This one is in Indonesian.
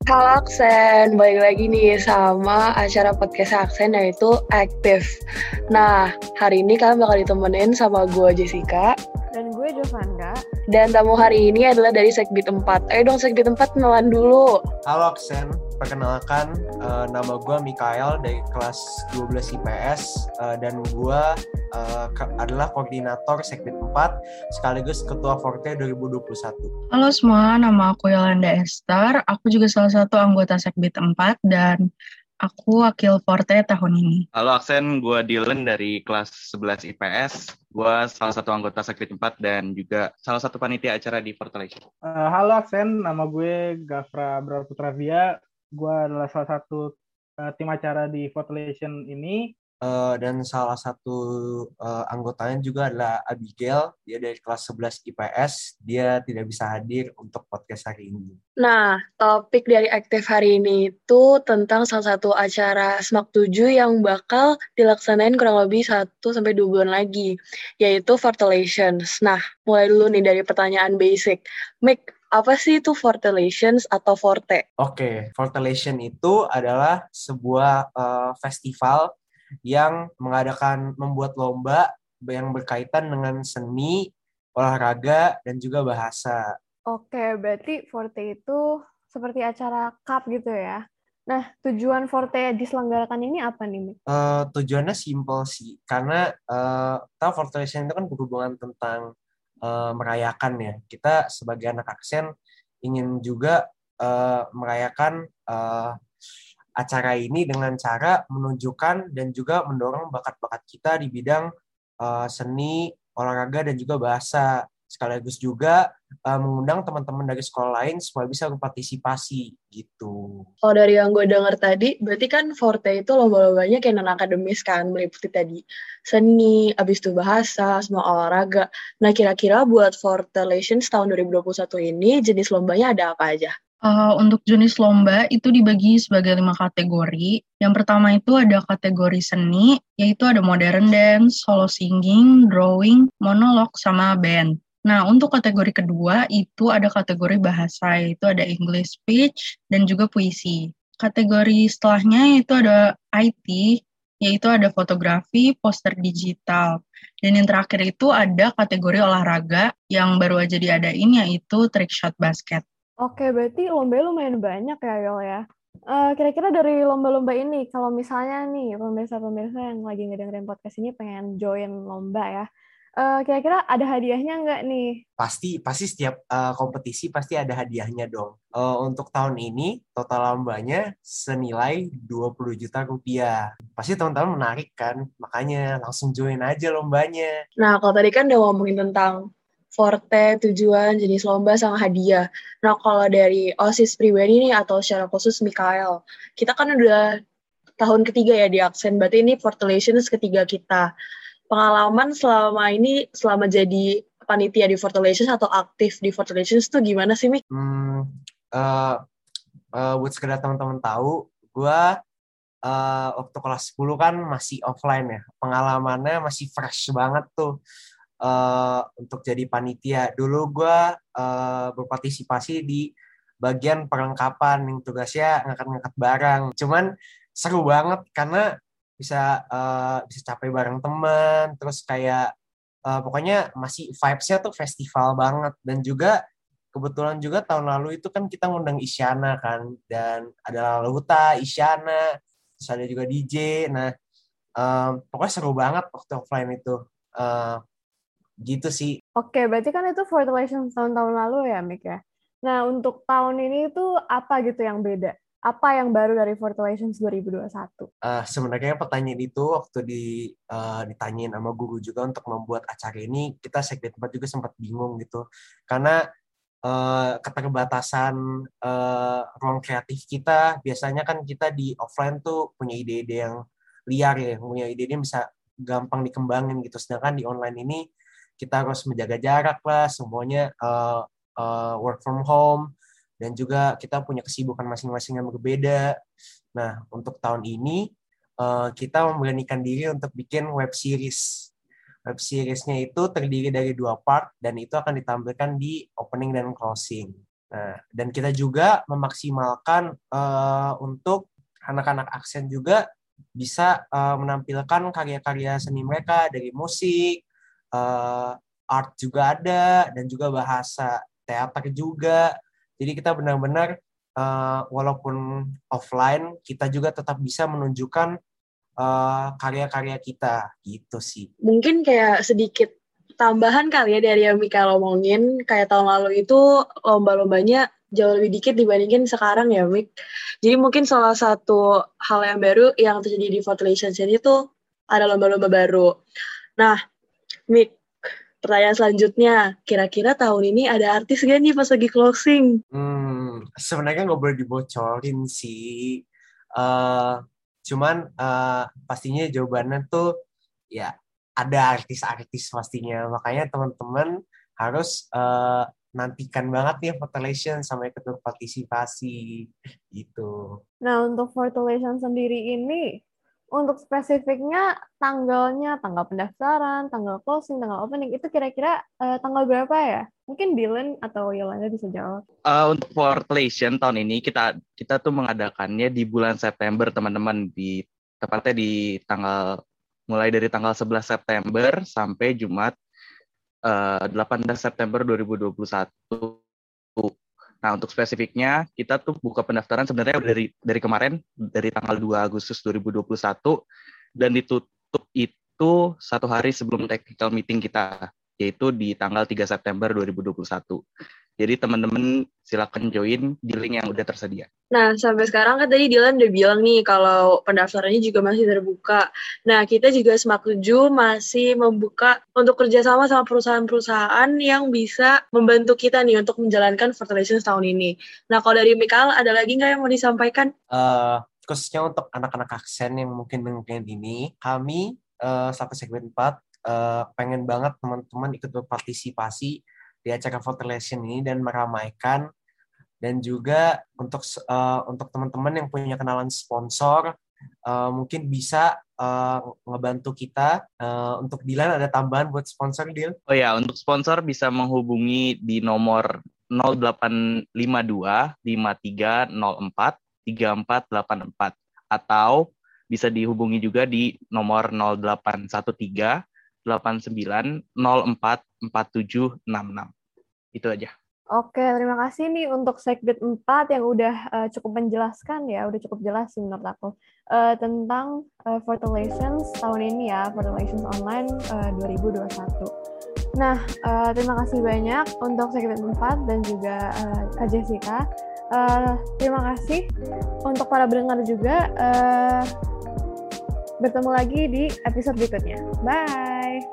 Halo Aksen, balik lagi nih sama acara podcast Aksen yaitu Aktif. Nah, hari ini kalian bakal ditemenin sama gue Jessica. Dan gue Jovanda. Dan tamu hari ini adalah dari Segbit 4. Ayo dong Segbit 4 kenalan dulu. Halo Aksen, perkenalkan nama gue Mikael dari kelas 12 IPS dan gue adalah koordinator Segbit 4 sekaligus ketua Forte 2021. Halo semua, nama aku Yolanda Esther. Aku juga salah satu anggota Segbit 4 dan aku wakil Forte tahun ini. Halo Aksen, gue Dylan dari kelas 11 IPS. Gue salah satu anggota Segbit 4 dan juga salah satu panitia acara di Fortalation. Halo Aksen, nama gue Gafra Brawaputravia. Gue adalah salah satu tim acara di Fortalation ini. Dan salah satu anggotanya juga adalah Abigail. Dia dari kelas 11 IPS. Dia tidak bisa hadir untuk podcast hari ini. Nah, topik dari Aktif hari ini itu tentang salah satu acara SMAK 7 yang bakal dilaksanain kurang lebih 1-2 bulan lagi, yaitu Fortalations. Nah, mulai dulu nih dari pertanyaan basic. Mik, apa sih itu Fortalations atau Forte? Oke, Fortalation itu adalah sebuah festival yang membuat lomba yang berkaitan dengan seni, olahraga, dan juga bahasa. Oke, berarti Forte itu seperti acara cup gitu ya. Nah, tujuan Forte diselenggarakan ini apa nih, Mik? Tujuannya simpel sih, karena tahu Fortalation itu kan berhubungan tentang merayakan ya. Kita sebagai anak Aksen ingin juga merayakan acara ini dengan cara menunjukkan dan juga mendorong bakat-bakat kita di bidang seni, olahraga, dan juga bahasa. Sekaligus juga mengundang teman-teman dari sekolah lain supaya bisa berpartisipasi gitu. Kalau dari yang gue denger tadi, berarti kan Forte itu lomba-lombanya kayak non-akademis kan, meliputi tadi seni, abis itu bahasa, semua olahraga. Nah, kira-kira buat Fortalations tahun 2021 ini, jenis lombanya ada apa aja? Untuk jenis lomba itu dibagi sebagai 5 kategori. Yang pertama itu ada kategori seni, yaitu ada modern dance, solo singing, drawing, monolog, sama band. Nah, untuk kategori kedua itu ada kategori bahasa, yaitu ada English speech dan juga puisi. Kategori setelahnya yaitu ada IT, yaitu ada fotografi, poster digital. Dan yang terakhir itu ada kategori olahraga yang baru aja diadain, yaitu trick shot basket. Oke, berarti lombanya lumayan banyak ya, Yol ya. Kira-kira dari lomba-lomba ini, kalau misalnya nih pemirsa-pemirsa yang lagi ngedengerin podcast ini pengen join lomba ya, kira-kira ada hadiahnya nggak nih? Pasti setiap kompetisi pasti ada hadiahnya dong. Untuk tahun ini total lombanya senilai 20 juta rupiah. Pasti teman-teman menarik kan, makanya langsung join aja lombanya. Nah, kalau tadi kan udah ngomongin tentang Forte, tujuan, jenis lomba, sama hadiah. Nah, kalau dari OSIS pribadi nih, atau secara khusus Mikael, kita kan udah tahun ketiga ya di Aksen, berarti ini Fortalations ketiga kita. Pengalaman selama jadi panitia di Fortalations atau aktif di Fortalations tuh gimana sih, Mik? Buat sekedar teman-teman tahu, gue waktu kelas 10 kan masih offline ya. Pengalamannya masih fresh banget tuh. Untuk jadi panitia. Dulu gue berpartisipasi di bagian perlengkapan yang tugasnya ngangkat-ngangkat barang. Cuman seru banget karena bisa capek bareng teman, terus kayak pokoknya masih vibes-nya tuh festival banget. Dan juga kebetulan juga tahun lalu itu kan kita ngundang Isyana kan, dan ada Laluta, Isyana, terus ada juga DJ. Nah, pokoknya seru banget waktu offline itu. Gitu sih. Oke, berarti kan itu Fortalation tahun-tahun lalu ya, Mik ya. Nah, untuk tahun ini itu apa gitu yang beda? Apa yang baru dari Fortalation 2021? Sebenarnya pertanyaan itu waktu ditanyain sama guru juga untuk membuat acara ini, kita Segbit 4 juga sempat bingung gitu. Karena keterbatasan ruang kreatif kita, biasanya kan kita di offline tuh punya ide-ide yang liar ya, punya ide-ide yang bisa gampang dikembangin gitu. Sedangkan di online ini kita harus menjaga jarak lah, semuanya work from home, dan juga kita punya kesibukan masing-masing yang berbeda. Nah, untuk tahun ini kita memberanikan diri untuk bikin web series. Web seriesnya itu terdiri dari 2 part, dan itu akan ditampilkan di opening dan closing. Nah, dan kita juga memaksimalkan untuk anak-anak aksen juga bisa menampilkan karya-karya seni mereka dari musik, art juga ada, dan juga bahasa, teater juga. Jadi kita benar-benar walaupun offline, kita juga tetap bisa menunjukkan karya-karya kita, gitu sih. Mungkin kayak sedikit tambahan kali ya dari yang Mikael omongin, kayak tahun lalu itu lomba-lombanya jauh lebih dikit dibandingin sekarang ya, Mik. Jadi mungkin salah satu hal yang baru yang terjadi di Votelation ini tuh ada lomba-lomba baru. Nah, Mik, pertanyaan selanjutnya, kira-kira tahun ini ada artis gak nih pas lagi closing? Sebenarnya nggak boleh dibocorin sih. Cuman pastinya jawabannya tuh ya ada artis-artis pastinya. Makanya teman-teman harus nantikan banget nih Votelation sampai ikut partisipasi gitu. Nah, untuk Votelation sendiri ini, untuk spesifiknya tanggalnya, tanggal pendaftaran, tanggal closing, tanggal opening, itu kira-kira tanggal berapa ya? Mungkin Dylan atau Yolanda bisa jawab. Untuk Votelation tahun ini kita tuh mengadakannya di bulan September, teman-teman, tepatnya di mulai dari tanggal 11 September sampai Jumat 18 September 2021. Nah, untuk spesifiknya, kita tuh buka pendaftaran sebenarnya dari kemarin, dari tanggal 2 Agustus 2021, dan ditutup itu 1 hari sebelum technical meeting kita, yaitu di tanggal 3 September 2021. Jadi teman-teman silakan join di link yang udah tersedia. Nah, sampai sekarang kan tadi Dylan udah bilang nih kalau pendaftarannya juga masih terbuka. Nah, kita juga SMAK 7 masih membuka untuk kerjasama sama perusahaan-perusahaan yang bisa membantu kita nih untuk menjalankan Votelation tahun ini. Nah, kalau dari Mikael, ada lagi nggak yang mau disampaikan? Khususnya untuk anak-anak aksen yang mungkin dengerin ini, kami satu segmen 4 pengen banget teman-teman ikut berpartisipasi di acara Votelation ini dan meramaikan, dan juga untuk teman-teman yang punya kenalan sponsor mungkin bisa ngebantu kita. Untuk Dylan ada tambahan buat sponsor, Dil? Oh ya, untuk sponsor bisa menghubungi di nomor 0852 5304 3484 atau bisa dihubungi juga di nomor 0813 89 04 4766. Itu aja. Oke, terima kasih nih untuk segmen 4 yang udah cukup menjelaskan ya, udah cukup jelas sih menurut aku tentang Votelation tahun ini ya, Votelation Online 2021. Nah, terima kasih banyak untuk segmen 4 dan juga Kak Jessica. Terima kasih untuk para pendengar juga. Bertemu lagi di episode berikutnya. Bye!